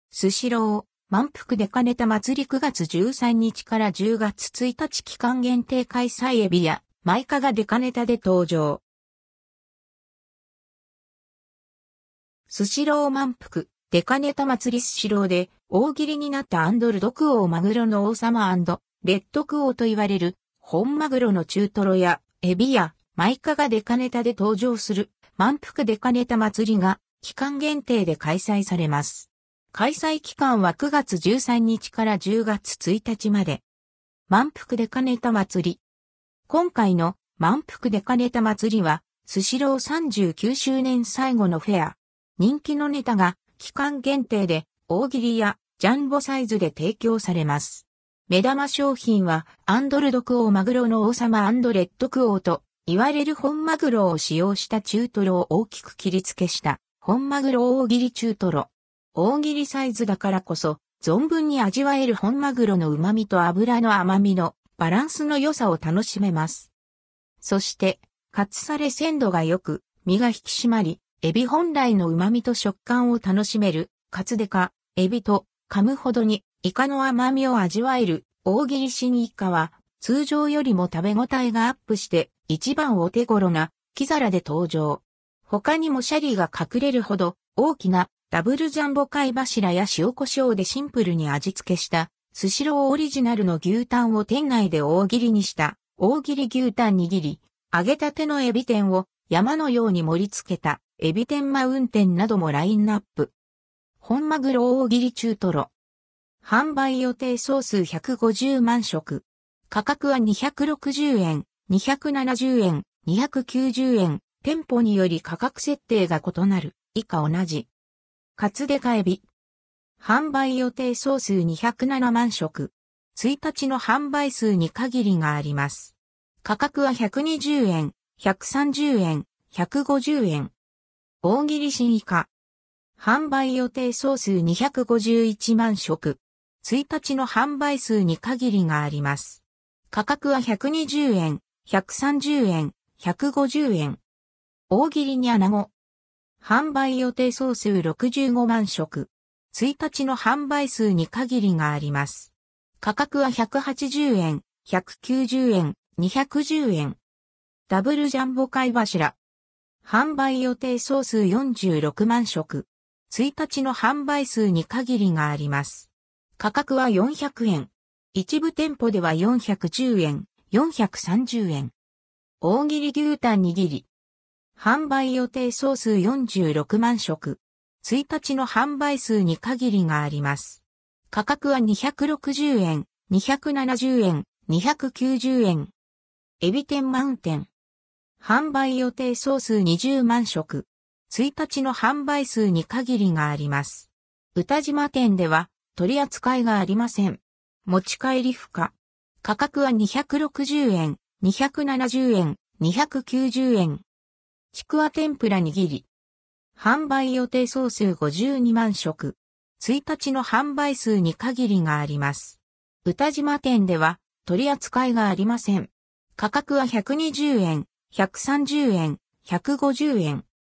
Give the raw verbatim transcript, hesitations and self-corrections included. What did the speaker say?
スシロー、満腹でかねた祭りくがつじゅうさんにちからじゅうがつついたち期間限定開催エビやマイカがでかねたで登場。スシロー満腹、でかねた祭りスシローで大切りになったアンドルドクオーマグロの王様&レッドクオーと言われる本マグロの中トロやエビやマイカがでかねたで登場する満腹でかねた祭りが期間限定で開催されます。開催期間はくがつじゅうさんにちからじゅうがつついたちまで。満腹でかねた祭り。今回の満腹でかねた祭りは、スシローさんじゅうきゅうしゅうねん最後のフェア。人気のネタが期間限定で大切りやジャンボサイズで提供されます。目玉商品はアンドルドクオーマグロの王様&レッドクオーと言われる本マグロを使用した中トロを大きく切り付けした本マグロ大切り中トロ。大切りサイズだからこそ、存分に味わえる本マグロの旨味と脂の甘みのバランスの良さを楽しめます。そして、カツされ鮮度が良く、身が引き締まり、エビ本来の旨味と食感を楽しめる、カツデカ、エビと噛むほどにイカの甘みを味わえる大切り新イカは、通常よりも食べ応えがアップして、一番お手頃な木皿で登場。他にもシャリが隠れるほど大きなダブルジャンボ貝柱や塩コショウでシンプルに味付けしたスシローオリジナルの牛タンを店内で大切りにした大切り牛タン握り、揚げたてのエビ天を山のように盛り付けたエビ天マウンテンなどもラインナップ。本マグロ大切り中トロ。販売予定総数ひゃくごじゅうまんしょく。価格はにひゃくろくじゅうえん、にひゃくななじゅうえん、にひゃくきゅうじゅうえん。店舗により価格設定が異なる。以下同じ。カツデカエビ。販売予定総数にひゃくななまんしょく。ついたちの販売数に限りがあります。価格はひゃくにじゅうえん、ひゃくさんじゅうえん、ひゃくごじゅうえん。大切り新イカ。販売予定総数にひゃくごじゅういちまんしょく。ついたちの販売数に限りがあります。価格はひゃくにじゅうえん、ひゃくさんじゅうえん、ひゃくごじゅうえん。大切りにアナゴ。販売予定総数ろくじゅうごまんしょく。ついたちの販売数に限りがあります。価格はひゃくはちじゅうえん、ひゃくきゅうじゅうえん、にひゃくじゅうえん。ダブルジャンボ貝柱。販売予定総数よんじゅうろくまんしょく。ついたちの販売数に限りがあります。価格はよんひゃくえん。一部店舗ではよんひゃくじゅうえん、よんひゃくさんじゅうえん。大切り牛タン握り。販売予定総数よんじゅうろくまんしょく。ついたちの販売数に限りがあります。価格はにひゃくろくじゅうえん、にひゃくななじゅうえん、にひゃくきゅうじゅうえん。エビ天マウンテン。販売予定総数にじゅうまんしょく。ついたちの販売数に限りがあります。歌島店では取り扱いがありません。持ち帰り不可。価格はにひゃくろくじゅうえん、にひゃくななじゅうえん、にひゃくきゅうじゅうえん。ちくわ天ぷら握り。販売予定総数ごじゅうにまんしょく。ついたちの販売数に限りがあります。歌島店では取り扱いがありません。価格はひゃくにじゅうえん、ひゃくさんじゅうえん、ひゃくごじゅうえん。